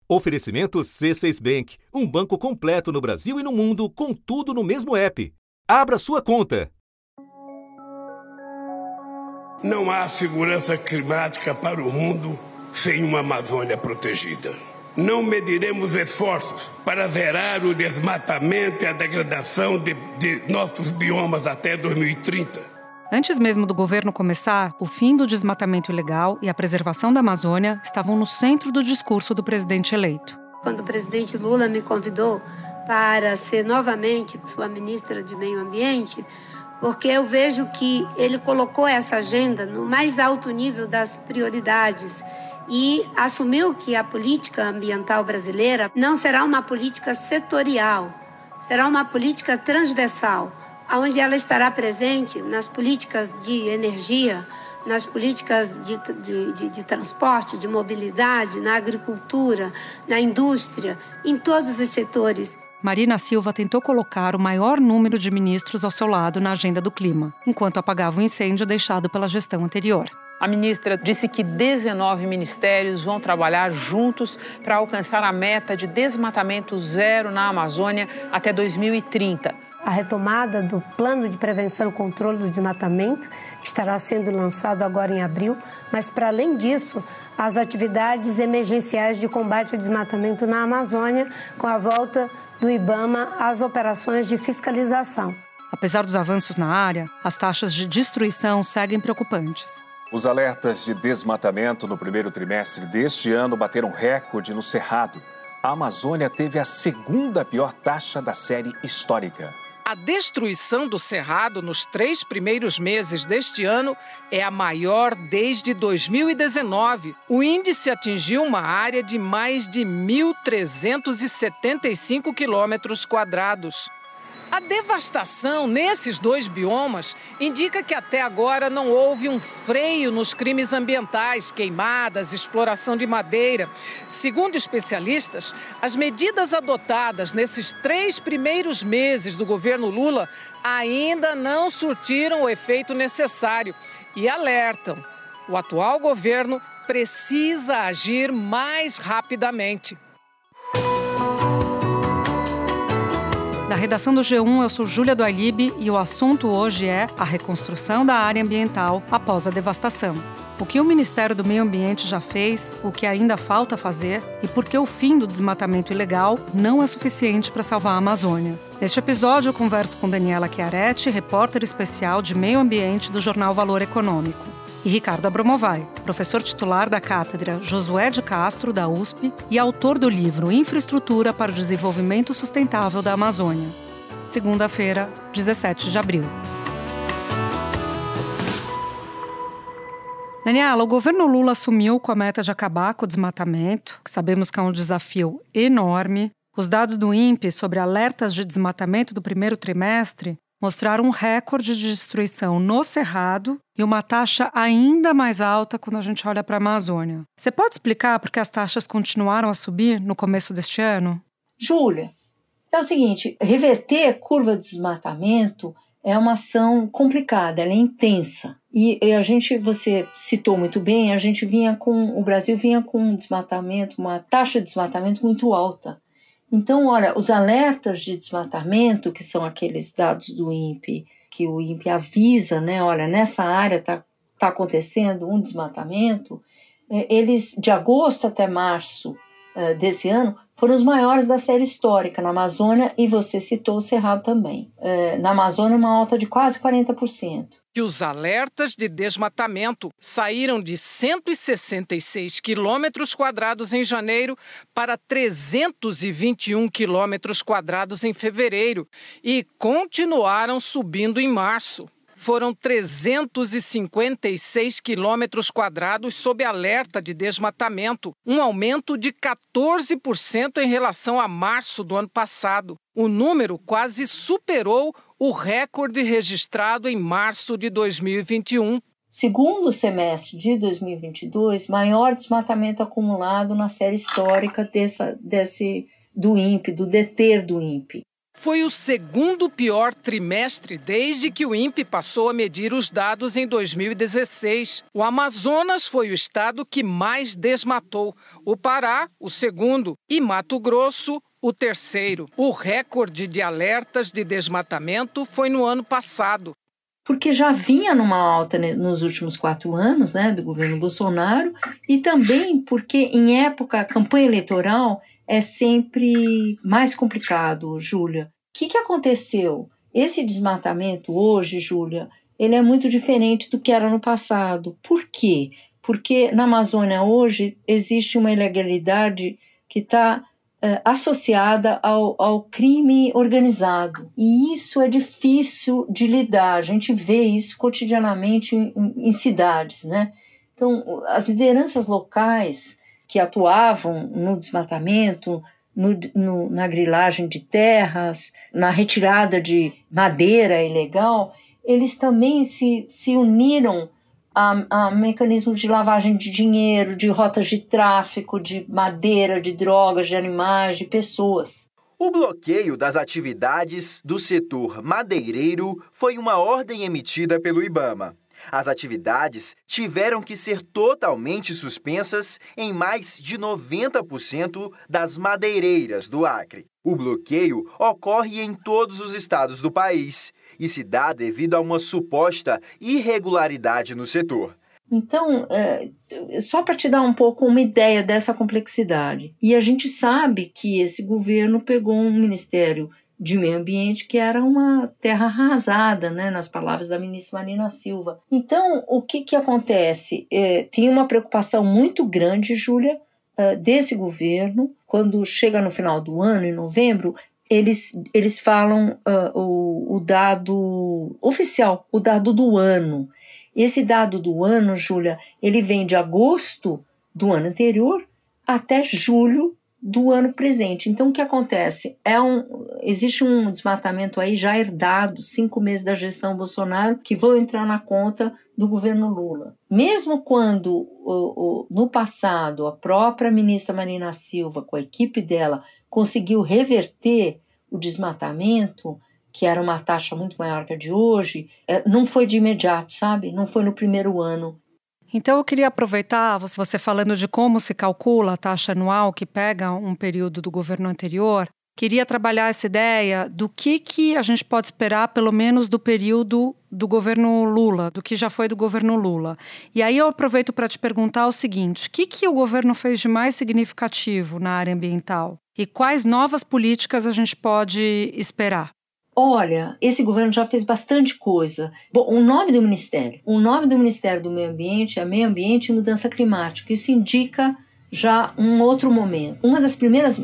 Oferecimento C6 Bank, um banco completo no Brasil e no mundo, com tudo no mesmo app. Abra sua conta. Não há segurança climática para o mundo sem uma Amazônia protegida. Não mediremos esforços para zerar o desmatamento e a degradação de nossos biomas até 2030. Antes mesmo do governo começar, o fim do desmatamento ilegal e a preservação da Amazônia estavam no centro do discurso do presidente eleito. Quando o presidente Lula me convidou para ser novamente sua ministra de Meio Ambiente, porque eu vejo que ele colocou essa agenda no mais alto nível das prioridades e assumiu que a política ambiental brasileira não será uma política setorial, será uma política transversal, onde ela estará presente nas políticas de energia, nas políticas de transporte, de mobilidade, na agricultura, na indústria, em todos os setores. Marina Silva tentou colocar o maior número de ministros ao seu lado na agenda do clima, enquanto apagava o incêndio deixado pela gestão anterior. A ministra disse que 19 ministérios vão trabalhar juntos para alcançar a meta de desmatamento zero na Amazônia até 2030. A retomada do Plano de Prevenção e Controle do Desmatamento estará sendo lançado agora em abril, mas, para além disso, as atividades emergenciais de combate ao desmatamento na Amazônia, com a volta do IBAMA às operações de fiscalização. Apesar dos avanços na área, as taxas de destruição seguem preocupantes. Os alertas de desmatamento no primeiro trimestre deste ano bateram recorde no Cerrado. A Amazônia teve a segunda pior taxa da série histórica. A destruição do Cerrado nos 3 primeiros meses deste ano é a maior desde 2019. O índice atingiu uma área de mais de 1.375 quilômetros quadrados. A devastação nesses 2 biomas indica que até agora não houve um freio nos crimes ambientais, queimadas, exploração de madeira. Segundo especialistas, as medidas adotadas nesses 3 primeiros meses do governo Lula ainda não surtiram o efeito necessário e alertam: o atual governo precisa agir mais rapidamente. Da redação do G1, eu sou Júlia do Ailib e o assunto hoje é a reconstrução da área ambiental após a devastação. O que o Ministério do Meio Ambiente já fez, o que ainda falta fazer e por que o fim do desmatamento ilegal não é suficiente para salvar a Amazônia. Neste episódio, eu converso com Daniela Chiaretti, repórter especial de Meio Ambiente do jornal Valor Econômico. E Ricardo Abramovay, professor titular da cátedra Josué de Castro, da USP, e autor do livro Infraestrutura para o Desenvolvimento Sustentável da Amazônia. Segunda-feira, 17 de abril. Daniela, o governo Lula assumiu com a meta de acabar com o desmatamento, que sabemos que é um desafio enorme. Os dados do INPE sobre alertas de desmatamento do primeiro trimestre mostraram um recorde de destruição no Cerrado e uma taxa ainda mais alta quando a gente olha para a Amazônia. Você pode explicar por que as taxas continuaram a subir no começo deste ano? Júlia, é o seguinte, reverter a curva de desmatamento é uma ação complicada, ela é intensa. E você citou muito bem, o Brasil vinha com um desmatamento, uma taxa de desmatamento muito alta. Então, olha, os alertas de desmatamento, que são aqueles dados do INPE, que o INPE avisa, né, olha, nessa área está acontecendo um desmatamento, eles, de agosto até março desse ano, foram os maiores da série histórica na Amazônia, e você citou o Cerrado também. Na Amazônia, uma alta de quase 40%. Que os alertas de desmatamento saíram de 166 quilômetros quadrados em janeiro para 321 quilômetros quadrados em fevereiro e continuaram subindo em março. Foram 356 quilômetros quadrados sob alerta de desmatamento, um aumento de 14% em relação a março do ano passado. O número quase superou o recorde registrado em março de 2021. Segundo semestre de 2022, maior desmatamento acumulado na série histórica do INPE, do DETER do INPE. Foi o segundo pior trimestre desde que o INPE passou a medir os dados em 2016. O Amazonas foi o estado que mais desmatou, o Pará, o segundo, e Mato Grosso, o terceiro. O recorde de alertas de desmatamento foi no ano passado. Porque já vinha numa alta nos últimos 4 anos, né, do governo Bolsonaro, e também porque em época, a campanha eleitoral é sempre mais complicado, Júlia. O que aconteceu? Esse desmatamento hoje, Júlia, ele é muito diferente do que era no passado. Por quê? Porque na Amazônia hoje existe uma ilegalidade que está associada ao crime organizado. E isso é difícil de lidar. A gente vê isso cotidianamente em cidades, né? Então, as lideranças locais que atuavam no desmatamento, na grilagem de terras, na retirada de madeira ilegal, eles também se uniram a mecanismos de lavagem de dinheiro, de rotas de tráfico, de madeira, de drogas, de animais, de pessoas. O bloqueio das atividades do setor madeireiro foi uma ordem emitida pelo IBAMA. As atividades tiveram que ser totalmente suspensas em mais de 90% das madeireiras do Acre. O bloqueio ocorre em todos os estados do país e se dá devido a uma suposta irregularidade no setor. Então, só para te dar um pouco uma ideia dessa complexidade. E a gente sabe que esse governo pegou um Ministério de Meio Ambiente que era uma terra arrasada, né, nas palavras da ministra Marina Silva. Então, o que acontece? Tem uma preocupação muito grande, Júlia, desse governo. Quando chega no final do ano, em novembro, eles falam o dado oficial, o dado do ano. Esse dado do ano, Júlia, ele vem de agosto do ano anterior até julho do ano presente. Então, o que acontece? Existe um desmatamento aí já herdado, 5 meses da gestão Bolsonaro, que vão entrar na conta do governo Lula. Mesmo quando, no passado, a própria ministra Marina Silva, com a equipe dela, conseguiu reverter o desmatamento, que era uma taxa muito maior que a de hoje, não foi de imediato, sabe? Não foi no primeiro ano. Então, eu queria aproveitar, você falando de como se calcula a taxa anual que pega um período do governo anterior, queria trabalhar essa ideia do que a gente pode esperar, pelo menos do período do governo Lula, do que já foi do governo Lula. E aí eu aproveito para te perguntar o seguinte: o que o governo fez de mais significativo na área ambiental? E quais novas políticas a gente pode esperar? Olha, esse governo já fez bastante coisa. Bom, o nome do Ministério do Meio Ambiente é Meio Ambiente e Mudança Climática. Isso indica já um outro momento. Uma das primeiras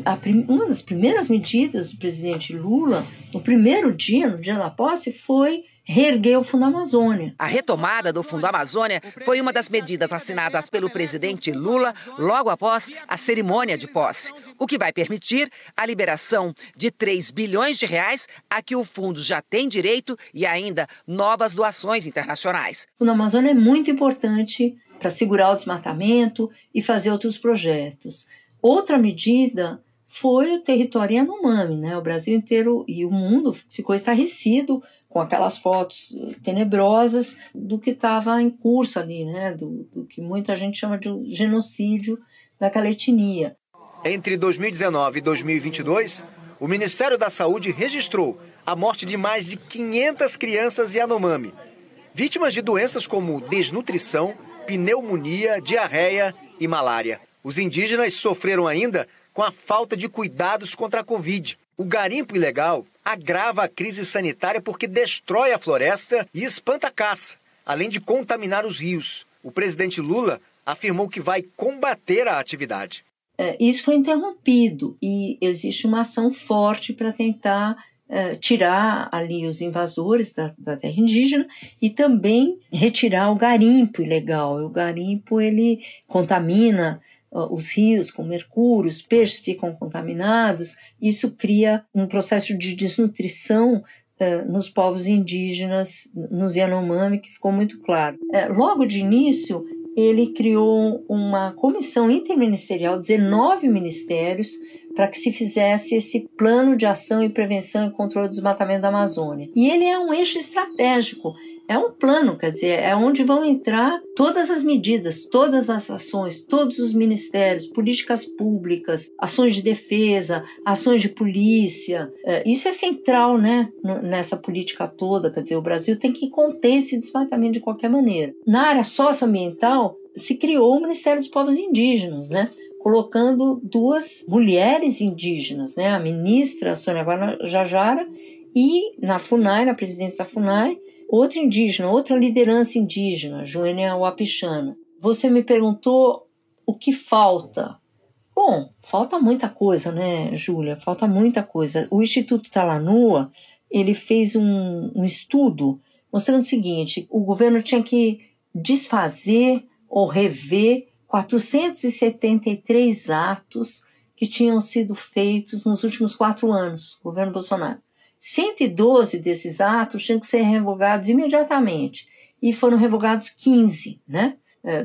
medidas do presidente Lula, no primeiro dia, no dia da posse, foi reerguer o Fundo Amazônia. A retomada do Fundo Amazônia foi uma das medidas assinadas pelo presidente Lula logo após a cerimônia de posse, o que vai permitir a liberação de 3 bilhões de reais a que o fundo já tem direito e ainda novas doações internacionais. O Fundo Amazônia é muito importante para segurar o desmatamento e fazer outros projetos. Outra medida foi o território Yanomami, né? O Brasil inteiro e o mundo ficou estarrecido com aquelas fotos tenebrosas do que estava em curso ali, né? Do que muita gente chama de genocídio daquela etnia. Entre 2019 e 2022, o Ministério da Saúde registrou a morte de mais de 500 crianças Yanomami, vítimas de doenças como desnutrição, pneumonia, diarreia e malária. Os indígenas sofreram ainda com a falta de cuidados contra a Covid. O garimpo ilegal agrava a crise sanitária porque destrói a floresta e espanta a caça, além de contaminar os rios. O presidente Lula afirmou que vai combater a atividade. Isso foi interrompido e existe uma ação forte para tentar tirar ali os invasores da terra indígena e também retirar o garimpo ilegal. O garimpo, ele contamina os rios com mercúrio, os peixes ficam contaminados, isso cria um processo de desnutrição nos povos indígenas, nos Yanomami, que ficou muito claro. Logo de início, ele criou uma comissão interministerial, 19 ministérios, para que se fizesse esse plano de ação e prevenção e controle do desmatamento da Amazônia. E ele é um eixo estratégico, é um plano, quer dizer, é onde vão entrar todas as medidas, todas as ações, todos os ministérios, políticas públicas, ações de defesa, ações de polícia. Isso é central, né, nessa política toda, quer dizer, o Brasil tem que conter esse desmatamento de qualquer maneira. Na área socioambiental, se criou o Ministério dos Povos Indígenas, né, colocando 2 mulheres indígenas, né, a ministra Sônia Guajajara e na FUNAI, na presidência da FUNAI, outra indígena, outra liderança indígena, Joênia Wapichana. Você me perguntou o que falta. Bom, falta muita coisa, né, Júlia? Falta muita coisa. O Instituto Talanua, ele fez um estudo mostrando o seguinte: o governo tinha que desfazer ou rever 473 atos que tinham sido feitos nos últimos 4 anos, governo Bolsonaro. 112 desses atos tinham que ser revogados imediatamente, e foram revogados 15, né?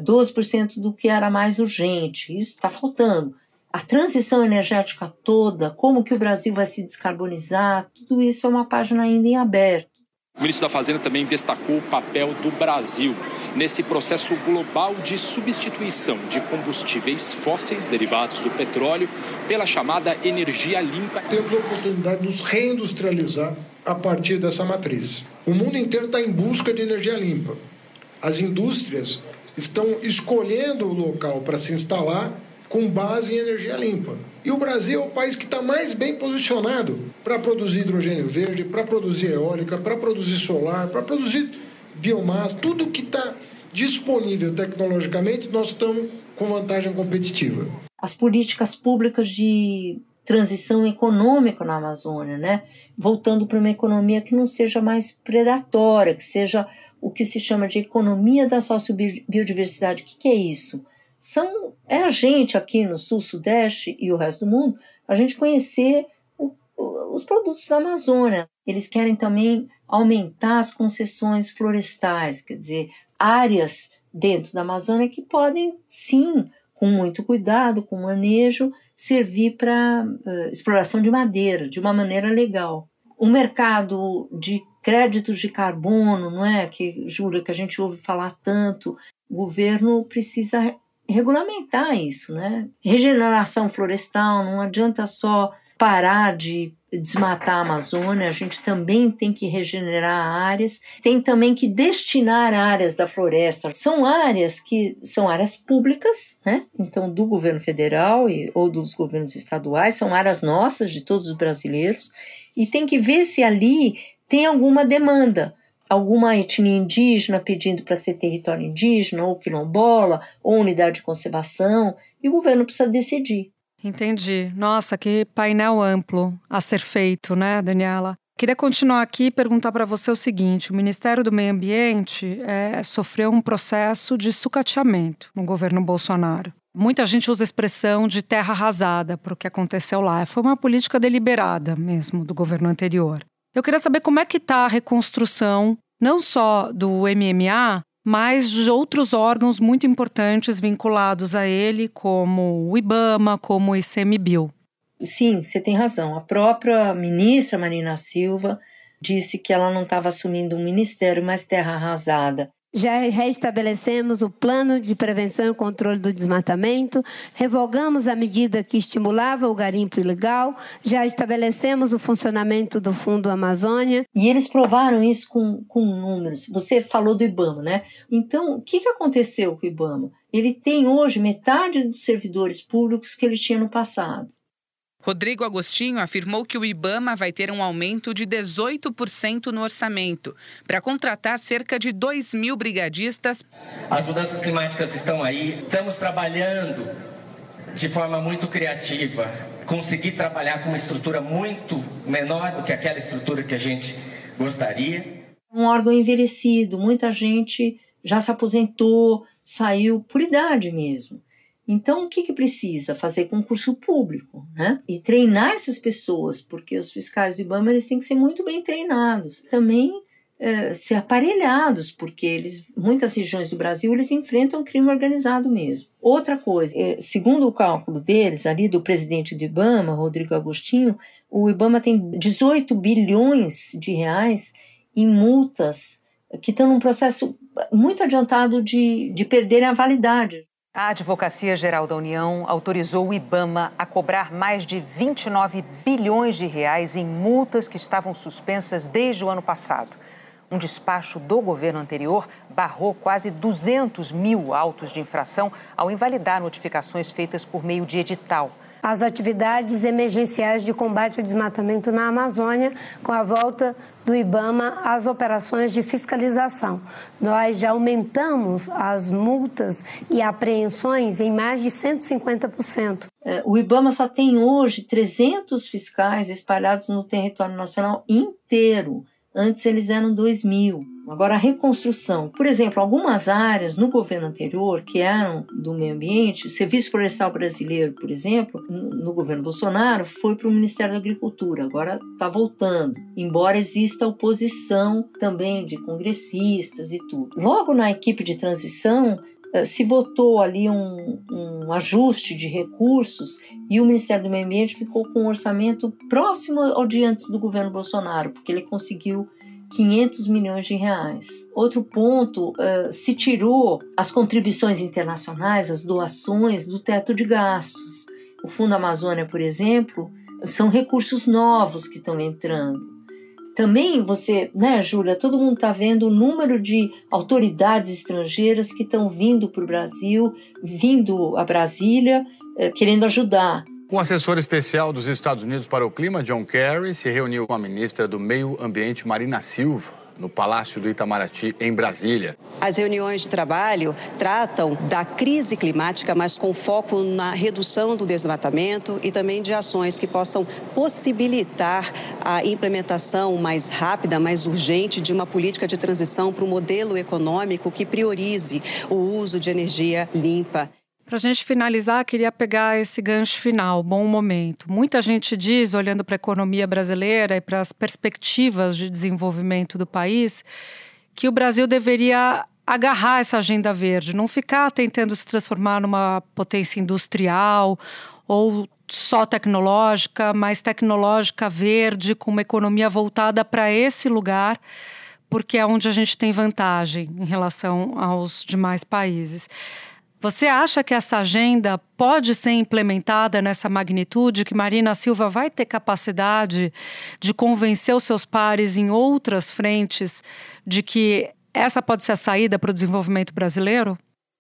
12% do que era mais urgente. Isso está faltando. A transição energética toda, como que o Brasil vai se descarbonizar, tudo isso é uma página ainda em aberto. O ministro da Fazenda também destacou o papel do Brasil nesse processo global de substituição de combustíveis fósseis derivados do petróleo pela chamada energia limpa. Temos a oportunidade de nos reindustrializar a partir dessa matriz. O mundo inteiro está em busca de energia limpa. As indústrias estão escolhendo o local para se instalar com base em energia limpa. E o Brasil é o país que está mais bem posicionado para produzir hidrogênio verde, para produzir eólica, para produzir solar, para produzir biomassa. Tudo que está disponível tecnologicamente, nós estamos com vantagem competitiva. As políticas públicas de transição econômica na Amazônia, né? Voltando para uma economia que não seja mais predatória, que seja o que se chama de economia da sociobiodiversidade. O que é isso? É a gente aqui no Sul, Sudeste e o resto do mundo, a gente conhecer os produtos da Amazônia. Eles querem também aumentar as concessões florestais, quer dizer, áreas dentro da Amazônia que podem, sim, com muito cuidado, com manejo, servir para exploração de madeira, de uma maneira legal. O mercado de créditos de carbono, não é? Júlia, que a gente ouve falar tanto, o governo precisa regulamentar isso, né? Regeneração florestal, não adianta só parar de desmatar a Amazônia, a gente também tem que regenerar áreas, tem também que destinar áreas da floresta. São áreas que são áreas públicas, né? Então, do governo federal ou dos governos estaduais, são áreas nossas, de todos os brasileiros, e tem que ver se ali tem alguma demanda, alguma etnia indígena pedindo para ser território indígena, ou quilombola, ou unidade de conservação, e o governo precisa decidir. Entendi. Nossa, que painel amplo a ser feito, né, Daniela? Queria continuar aqui e perguntar para você o seguinte: o Ministério do Meio Ambiente sofreu um processo de sucateamento no governo Bolsonaro. Muita gente usa a expressão de terra arrasada para o que aconteceu lá. Foi uma política deliberada mesmo do governo anterior. Eu queria saber como é que está a reconstrução, não só do MMA, mas de outros órgãos muito importantes vinculados a ele, como o IBAMA, como o ICMBio. Sim, você tem razão. A própria ministra Marina Silva disse que ela não estava assumindo um ministério, mas terra arrasada. Já reestabelecemos o plano de prevenção e controle do desmatamento, revogamos a medida que estimulava o garimpo ilegal, já estabelecemos o funcionamento do Fundo Amazônia. E eles provaram isso com números. Você falou do IBAMA, né? Então, o que aconteceu com o IBAMA? Ele tem hoje metade dos servidores públicos que ele tinha no passado. Rodrigo Agostinho afirmou que o IBAMA vai ter um aumento de 18% no orçamento, para contratar cerca de 2.000 brigadistas. As mudanças climáticas estão aí, estamos trabalhando de forma muito criativa, conseguir trabalhar com uma estrutura muito menor do que aquela estrutura que a gente gostaria. Um órgão envelhecido, muita gente já se aposentou, saiu por idade mesmo. Então, o que precisa? Fazer concurso público, né? E treinar essas pessoas, porque os fiscais do IBAMA eles têm que ser muito bem treinados. Também ser aparelhados, porque muitas regiões do Brasil eles enfrentam crime organizado mesmo. Outra coisa, segundo o cálculo deles, ali do presidente do IBAMA, Rodrigo Agostinho, o IBAMA tem 18 bilhões de reais em multas que estão num processo muito adiantado de perderem a validade. A Advocacia Geral da União autorizou o IBAMA a cobrar mais de 29 bilhões de reais em multas que estavam suspensas desde o ano passado. Um despacho do governo anterior barrou quase 200 mil autos de infração ao invalidar notificações feitas por meio de edital. As atividades emergenciais de combate ao desmatamento na Amazônia, com a volta do IBAMA às operações de fiscalização. Nós já aumentamos as multas e apreensões em mais de 150%. O IBAMA só tem hoje 300 fiscais espalhados no território nacional inteiro. Antes eles eram 2.000. Agora a reconstrução. Por exemplo, algumas áreas no governo anterior que eram do meio ambiente, o Serviço Florestal Brasileiro, por exemplo, no governo Bolsonaro, foi para o Ministério da Agricultura. Agora está voltando, embora exista oposição também de congressistas e tudo. Logo na equipe de transição, se votou ali um ajuste de recursos e o Ministério do Meio Ambiente ficou com um orçamento próximo ao de antes do governo Bolsonaro, porque ele conseguiu 500 milhões de reais. Outro ponto, se tirou as contribuições internacionais, as doações do teto de gastos. O Fundo Amazônia, por exemplo, são recursos novos que estão entrando. Também você, né, Júlia, todo mundo está vendo o número de autoridades estrangeiras que estão vindo para o Brasil, vindo a Brasília, querendo ajudar. O assessor especial dos Estados Unidos para o Clima, John Kerry, se reuniu com a ministra do Meio Ambiente, Marina Silva, no Palácio do Itamaraty, em Brasília. As reuniões de trabalho tratam da crise climática, mas com foco na redução do desmatamento e também de ações que possam possibilitar a implementação mais rápida, mais urgente de uma política de transição para um modelo econômico que priorize o uso de energia limpa. Para a gente finalizar, queria pegar esse gancho final, bom momento. Muita gente diz, olhando para a economia brasileira e para as perspectivas de desenvolvimento do país, que o Brasil deveria agarrar essa agenda verde, não ficar tentando se transformar numa potência industrial ou só tecnológica, mas tecnológica, verde, com uma economia voltada para esse lugar, porque é onde a gente tem vantagem em relação aos demais países. Você acha que essa agenda pode ser implementada nessa magnitude, que Marina Silva vai ter capacidade de convencer os seus pares em outras frentes de que essa pode ser a saída para o desenvolvimento brasileiro?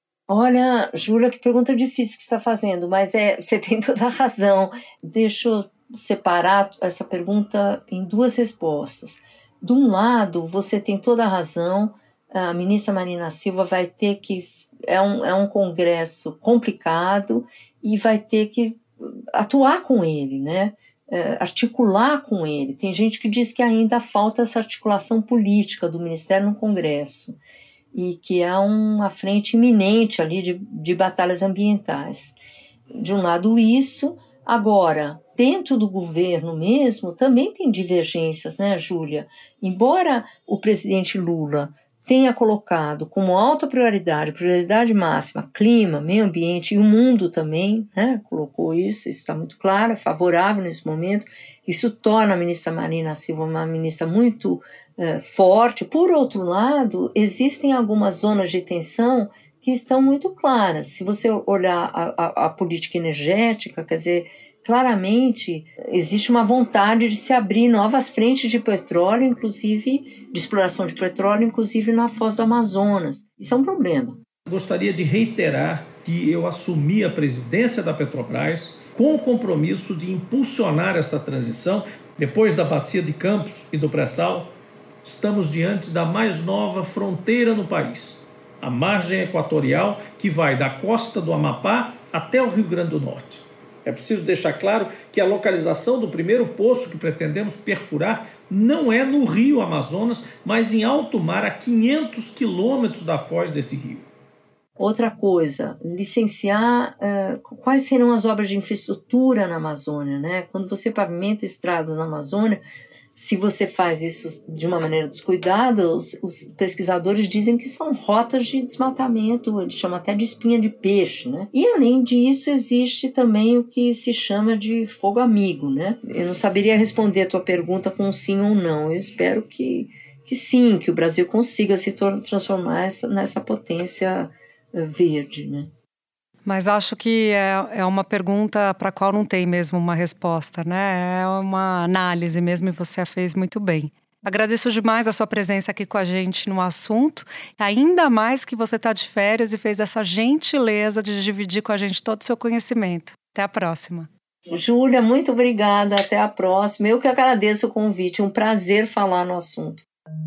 Olha, Júlia, que pergunta difícil que você está fazendo, mas você tem toda a razão. Deixa eu separar essa pergunta em duas respostas. De um lado, você tem toda a razão, a ministra Marina Silva vai ter que... É um congresso complicado e vai ter que atuar com ele, né? Articular com ele. Tem gente que diz que ainda falta essa articulação política do Ministério no Congresso e que há uma frente iminente ali de batalhas ambientais. De um lado isso, agora, dentro do governo mesmo, também tem divergências, né, Júlia? Embora o presidente Lula tenha colocado como alta prioridade máxima, clima, meio ambiente e o mundo também, né, colocou isso está muito claro, é favorável nesse momento, isso torna a ministra Marina Silva uma ministra muito forte. Por outro lado, existem algumas zonas de tensão que estão muito claras. Se você olhar a política energética, quer dizer, claramente existe uma vontade de se abrir novas frentes de petróleo, inclusive de exploração de petróleo, inclusive na foz do Amazonas. Isso é um problema. Gostaria de reiterar que eu assumi a presidência da Petrobras com o compromisso de impulsionar essa transição. Depois da Bacia de Campos e do Pré-Sal, estamos diante da mais nova fronteira no país, a margem equatorial que vai da costa do Amapá até o Rio Grande do Norte. É preciso deixar claro que a localização do primeiro poço que pretendemos perfurar não é no rio Amazonas, mas em alto mar, a 500 quilômetros da foz desse rio. Outra coisa, licenciar quais serão as obras de infraestrutura na Amazônia, né? Quando você pavimenta estradas na Amazônia, Se você faz isso de uma maneira descuidada, os pesquisadores dizem que são rotas de desmatamento, eles chamam até de espinha de peixe, né? E além disso, existe também o que se chama de fogo amigo, né? Eu não saberia responder a tua pergunta com sim ou não. Eu espero que sim, que o Brasil consiga se transformar nessa potência verde, né? Mas acho que é uma pergunta para a qual não tem mesmo uma resposta, né? É uma análise mesmo e você a fez muito bem. Agradeço demais a sua presença aqui com a gente no assunto, ainda mais que você está de férias e fez essa gentileza de dividir com a gente todo o seu conhecimento. Até a próxima. Júlia, muito obrigada. Até a próxima. Eu que agradeço o convite. Um prazer falar no assunto.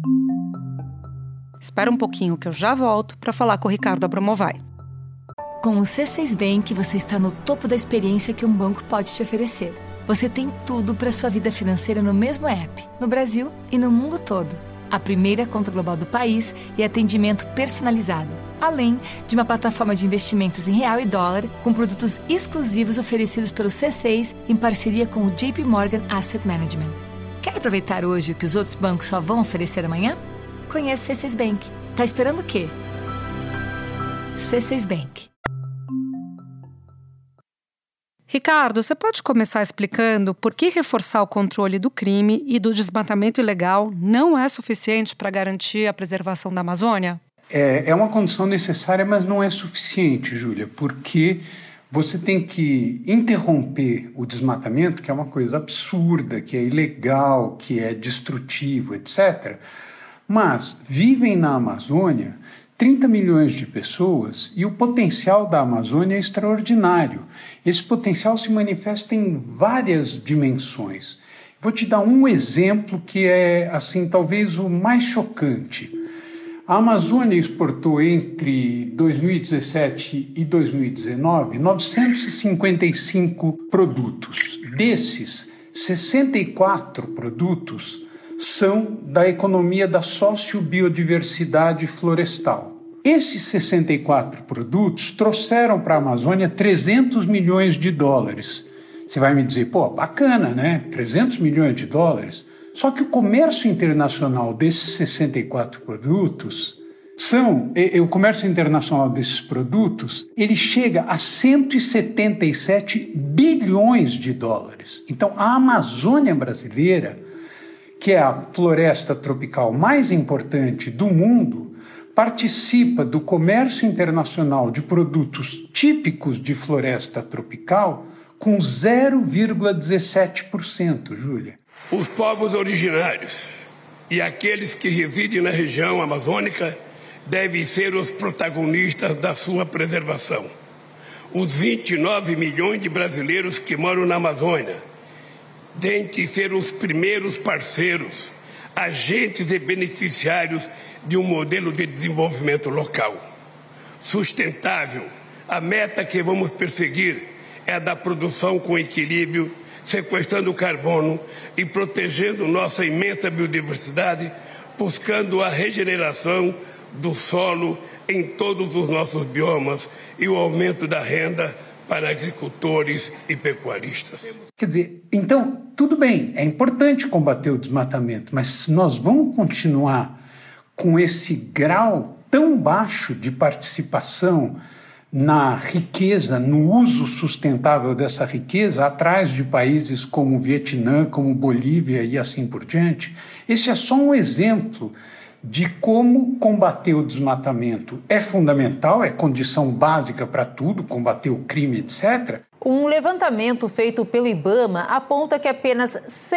Espera um pouquinho que eu já volto para falar com o Ricardo Abramovay. Com o C6 Bank, você está no topo da experiência que um banco pode te oferecer. Você tem tudo para sua vida financeira no mesmo app, no Brasil e no mundo todo. A primeira conta global do país e atendimento personalizado. Além de uma plataforma de investimentos em real e dólar, com produtos exclusivos oferecidos pelo C6 em parceria com o JP Morgan Asset Management. Quer aproveitar hoje o que os outros bancos só vão oferecer amanhã? Conheça o C6 Bank. Tá esperando o quê? C6 Bank. Ricardo, você pode começar explicando por que reforçar o controle do crime e do desmatamento ilegal não é suficiente para garantir a preservação da Amazônia? É uma condição necessária, mas não é suficiente, Júlia, porque você tem que interromper o desmatamento, que é uma coisa absurda, que é ilegal, que é destrutivo, etc. Mas vivem na Amazônia 30 milhões de pessoas e o potencial da Amazônia é extraordinário. Esse potencial se manifesta em várias dimensões. Vou te dar um exemplo que é, assim, talvez o mais chocante. A Amazônia exportou entre 2017 e 2019 955 produtos. Desses, 64 produtos são da economia da sociobiodiversidade florestal. Esses 64 produtos trouxeram para a Amazônia 300 milhões de dólares. Você vai me dizer, pô, bacana, né? 300 milhões de dólares. Só que o comércio internacional desses 64 produtos o comércio internacional desses produtos, ele chega a 177 bilhões de dólares. Então, a Amazônia brasileira, que é a floresta tropical mais importante do mundo, participa do comércio internacional de produtos típicos de floresta tropical com 0,17%, Júlia. Os povos originários e aqueles que residem na região amazônica devem ser os protagonistas da sua preservação. Os 29 milhões de brasileiros que moram na Amazônia têm que ser os primeiros parceiros, agentes e beneficiários de um modelo de desenvolvimento local. Sustentável, a meta que vamos perseguir é a da produção com equilíbrio, sequestrando carbono e protegendo nossa imensa biodiversidade, buscando a regeneração do solo em todos os nossos biomas e o aumento da renda para agricultores e pecuaristas. Quer dizer, então, tudo bem, é importante combater o desmatamento, mas se nós vamos continuar com esse grau tão baixo de participação na riqueza, no uso sustentável dessa riqueza, atrás de países como o Vietnã, como Bolívia e assim por diante, esse é só um exemplo de como combater o desmatamento é fundamental, é condição básica para tudo, combater o crime, etc. Um levantamento feito pelo IBAMA aponta que apenas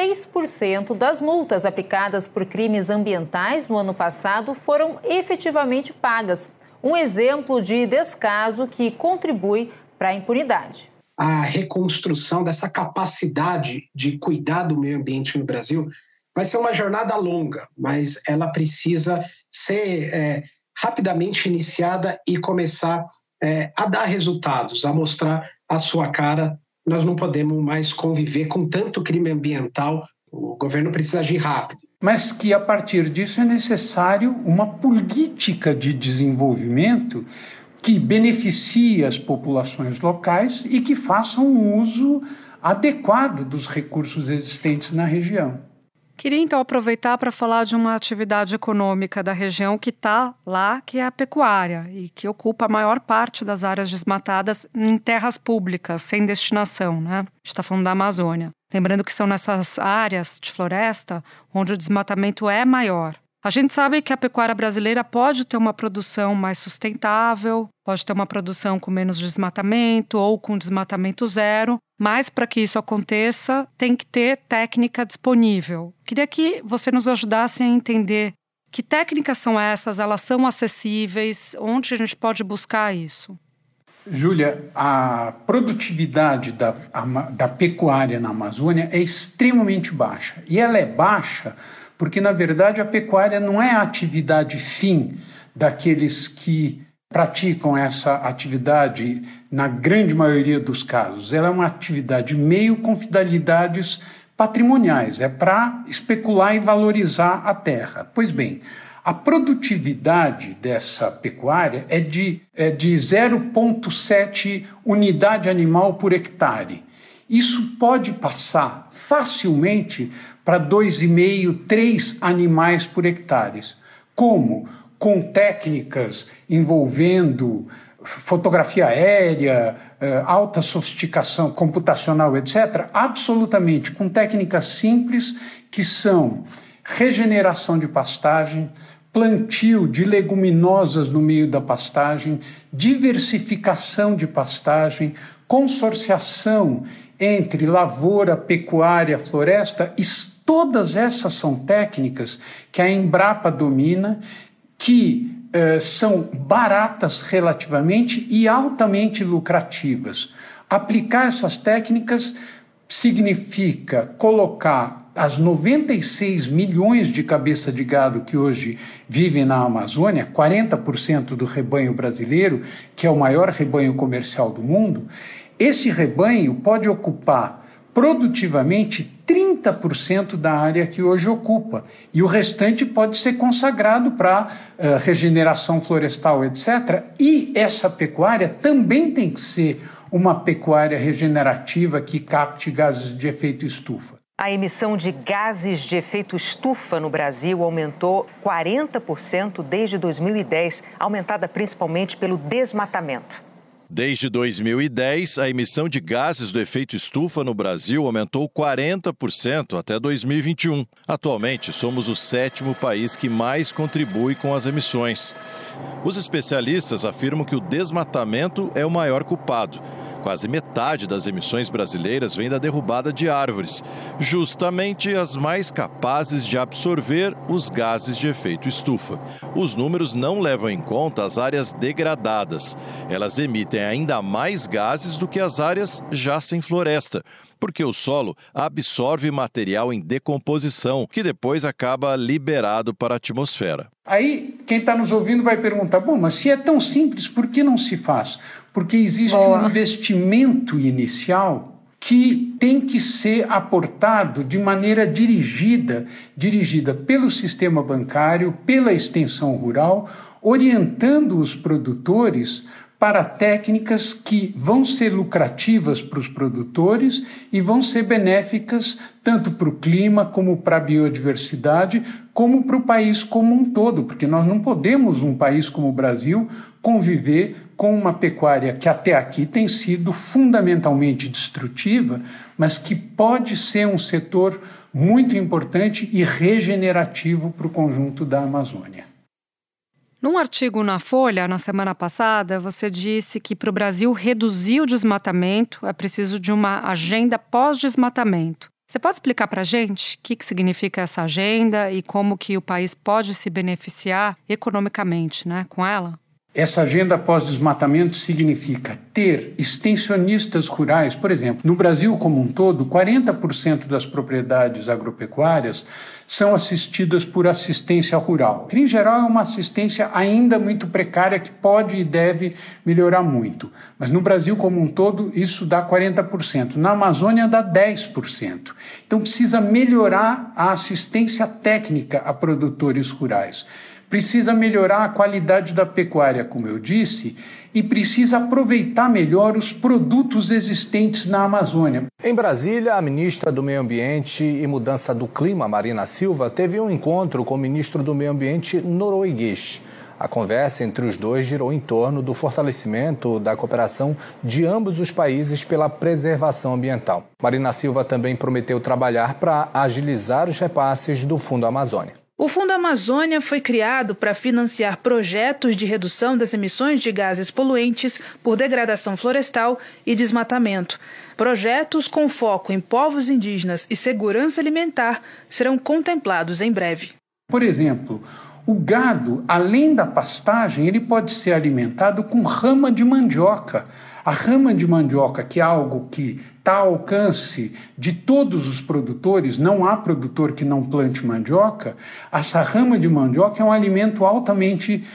6% das multas aplicadas por crimes ambientais no ano passado foram efetivamente pagas. Um exemplo de descaso que contribui para a impunidade. A reconstrução dessa capacidade de cuidar do meio ambiente no Brasil vai ser uma jornada longa, mas ela precisa ser rapidamente iniciada e começar a dar resultados, a mostrar a sua cara. Nós não podemos mais conviver com tanto crime ambiental, o governo precisa agir rápido. Mas que a partir disso é necessário uma política de desenvolvimento que beneficie as populações locais e que faça um uso adequado dos recursos existentes na região. Queria então aproveitar para falar de uma atividade econômica da região que está lá, que é a pecuária, e que ocupa a maior parte das áreas desmatadas em terras públicas, sem destinação, né? A gente está falando da Amazônia. Lembrando que são nessas áreas de floresta onde o desmatamento é maior. A gente sabe que a pecuária brasileira pode ter uma produção mais sustentável, pode ter uma produção com menos desmatamento ou com desmatamento zero, mas para que isso aconteça, tem que ter técnica disponível. Queria que você nos ajudasse a entender que técnicas são essas, elas são acessíveis, onde a gente pode buscar isso? Júlia, a produtividade da pecuária na Amazônia é extremamente baixa. E ela é baixa porque, na verdade, a pecuária não é a atividade fim daqueles que praticam essa atividade na grande maioria dos casos. Ela é uma atividade meio com finalidades patrimoniais, é para especular e valorizar a terra. Pois bem, a produtividade dessa pecuária é de 0,7 unidade animal por hectare. Isso pode passar facilmente para 2,5, 3 animais por hectare. Como? Com técnicas envolvendo fotografia aérea, alta sofisticação computacional, etc., absolutamente com técnicas simples que são regeneração de pastagem, plantio de leguminosas no meio da pastagem, diversificação de pastagem, consorciação entre lavoura, pecuária, floresta, todas essas são técnicas que a Embrapa domina, que são baratas relativamente e altamente lucrativas. Aplicar essas técnicas significa colocar as 96 milhões de cabeças de gado que hoje vivem na Amazônia, 40% do rebanho brasileiro, que é o maior rebanho comercial do mundo. Esse rebanho pode ocupar produtivamente 30% da área que hoje ocupa, e o restante pode ser consagrado para regeneração florestal, etc. E essa pecuária também tem que ser uma pecuária regenerativa que capte gases de efeito estufa. A emissão de gases de efeito estufa no Brasil aumentou 40% desde 2010, aumentada principalmente pelo desmatamento. Desde 2010, a emissão de gases do efeito estufa no Brasil aumentou 40% até 2021. Atualmente, somos o 7º país que mais contribui com as emissões. Os especialistas afirmam que o desmatamento é o maior culpado. Quase metade das emissões brasileiras vem da derrubada de árvores, justamente as mais capazes de absorver os gases de efeito estufa. Os números não levam em conta as áreas degradadas. Elas emitem ainda mais gases do que as áreas já sem floresta, porque o solo absorve material em decomposição, que depois acaba liberado para a atmosfera. Aí, quem está nos ouvindo vai perguntar, bom, mas se é tão simples, por que não se faz? Porque existe um investimento inicial que tem que ser aportado de maneira dirigida pelo sistema bancário, pela extensão rural, orientando os produtores para técnicas que vão ser lucrativas para os produtores e vão ser benéficas tanto para o clima, como para a biodiversidade, como para o país como um todo, porque nós não podemos, um país como o Brasil, conviver com uma pecuária que até aqui tem sido fundamentalmente destrutiva, mas que pode ser um setor muito importante e regenerativo para o conjunto da Amazônia. Num artigo na Folha, na semana passada, você disse que para o Brasil reduzir o desmatamento é preciso de uma agenda pós-desmatamento. Você pode explicar para a gente o que significa essa agenda e como que o país pode se beneficiar economicamente, né, com ela? Essa agenda pós-desmatamento significa ter extensionistas rurais. Por exemplo, no Brasil como um todo, 40% das propriedades agropecuárias são assistidas por assistência rural. Em geral, é uma assistência ainda muito precária que pode e deve melhorar muito. Mas no Brasil como um todo, isso dá 40%. Na Amazônia, dá 10%. Então, precisa melhorar a assistência técnica a produtores rurais. precisa melhorar a qualidade da pecuária, como eu disse, e precisa aproveitar melhor os produtos existentes na Amazônia. Em Brasília, a ministra do Meio Ambiente e Mudança do Clima, Marina Silva, teve um encontro com o ministro do Meio Ambiente norueguês. A conversa entre os dois girou em torno do fortalecimento da cooperação de ambos os países pela preservação ambiental. Marina Silva também prometeu trabalhar para agilizar os repasses do Fundo Amazônia. O Fundo Amazônia foi criado para financiar projetos de redução das emissões de gases poluentes por degradação florestal e desmatamento. Projetos com foco em povos indígenas e segurança alimentar serão contemplados em breve. Por exemplo, o gado, além da pastagem, ele pode ser alimentado com rama de mandioca. A rama de mandioca, que é algo que está ao alcance de todos os produtores, não há produtor que não plante mandioca, essa rama de mandioca é um alimento altamente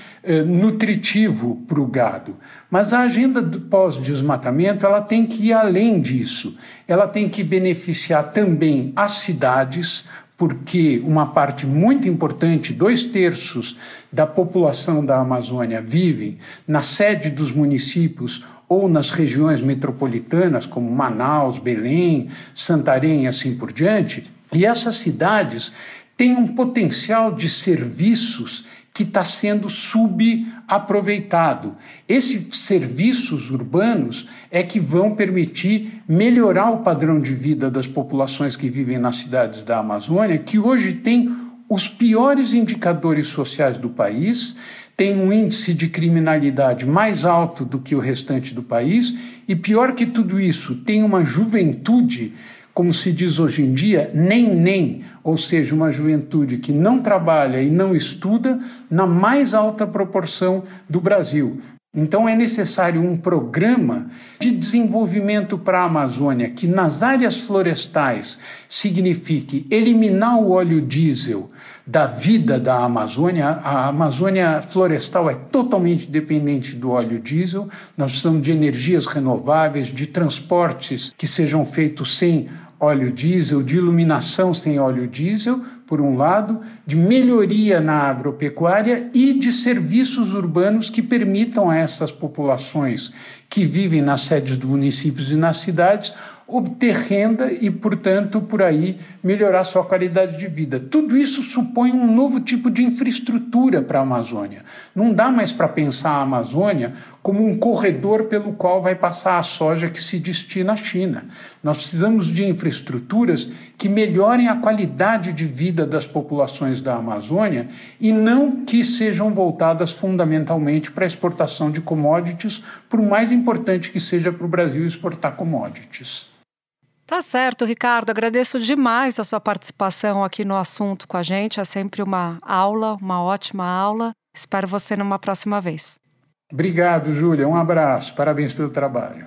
nutritivo para o gado. Mas a agenda do pós-desmatamento ela tem que ir além disso. Ela tem que beneficiar também as cidades, porque uma parte muito importante, 2/3 da população da Amazônia vivem na sede dos municípios ou nas regiões metropolitanas, como Manaus, Belém, Santarém e assim por diante. E essas cidades têm um potencial de serviços que está sendo subaproveitado. Esses serviços urbanos é que vão permitir melhorar o padrão de vida das populações que vivem nas cidades da Amazônia, que hoje tem os piores indicadores sociais do país, tem um índice de criminalidade mais alto do que o restante do país e, pior que tudo isso, tem uma juventude, como se diz hoje em dia, nem, ou seja, uma juventude que não trabalha e não estuda na mais alta proporção do Brasil. Então é necessário um programa de desenvolvimento para a Amazônia que nas áreas florestais signifique eliminar o óleo diesel da vida da Amazônia. A Amazônia florestal é totalmente dependente do óleo diesel. Nós precisamos de energias renováveis, de transportes que sejam feitos sem óleo diesel, de iluminação sem óleo diesel, por um lado, de melhoria na agropecuária e de serviços urbanos que permitam a essas populações que vivem nas sedes dos municípios e nas cidades obter renda e, portanto, por aí melhorar sua qualidade de vida. Tudo isso supõe um novo tipo de infraestrutura para a Amazônia. Não dá mais para pensar a Amazônia como um corredor pelo qual vai passar a soja que se destina à China. Nós precisamos de infraestruturas que melhorem a qualidade de vida das populações da Amazônia e não que sejam voltadas fundamentalmente para a exportação de commodities, por mais importante que seja para o Brasil exportar commodities. Tá certo, Ricardo. Agradeço demais a sua participação aqui no assunto com a gente. É sempre uma aula, uma ótima aula. Espero você numa próxima vez. Obrigado, Júlia. Um abraço. Parabéns pelo trabalho.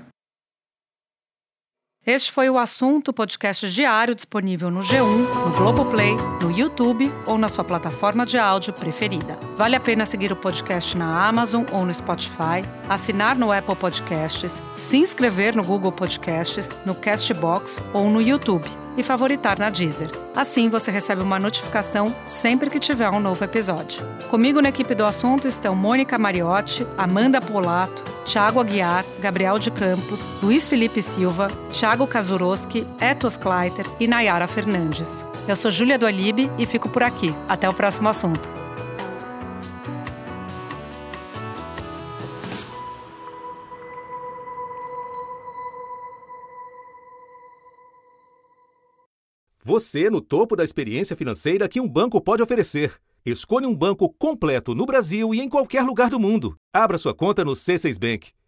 Este foi o Assunto, podcast diário disponível no G1, no Globoplay, no YouTube ou na sua plataforma de áudio preferida. Vale a pena seguir o podcast na Amazon ou no Spotify, assinar no Apple Podcasts, se inscrever no Google Podcasts, no Castbox ou no YouTube e favoritar na Deezer. Assim você recebe uma notificação sempre que tiver um novo episódio. Comigo na equipe do Assunto estão Mônica Mariotti, Amanda Polato, Thiago Aguiar, Gabriel de Campos, Luiz Felipe Silva, Thiago Kazuroski, Etos Kleiter e Nayara Fernandes. Eu sou Júlia do Alibe e fico por aqui. Até o próximo assunto. Você no topo da experiência financeira que um banco pode oferecer. Escolha um banco completo no Brasil e em qualquer lugar do mundo. Abra sua conta no C6 Bank.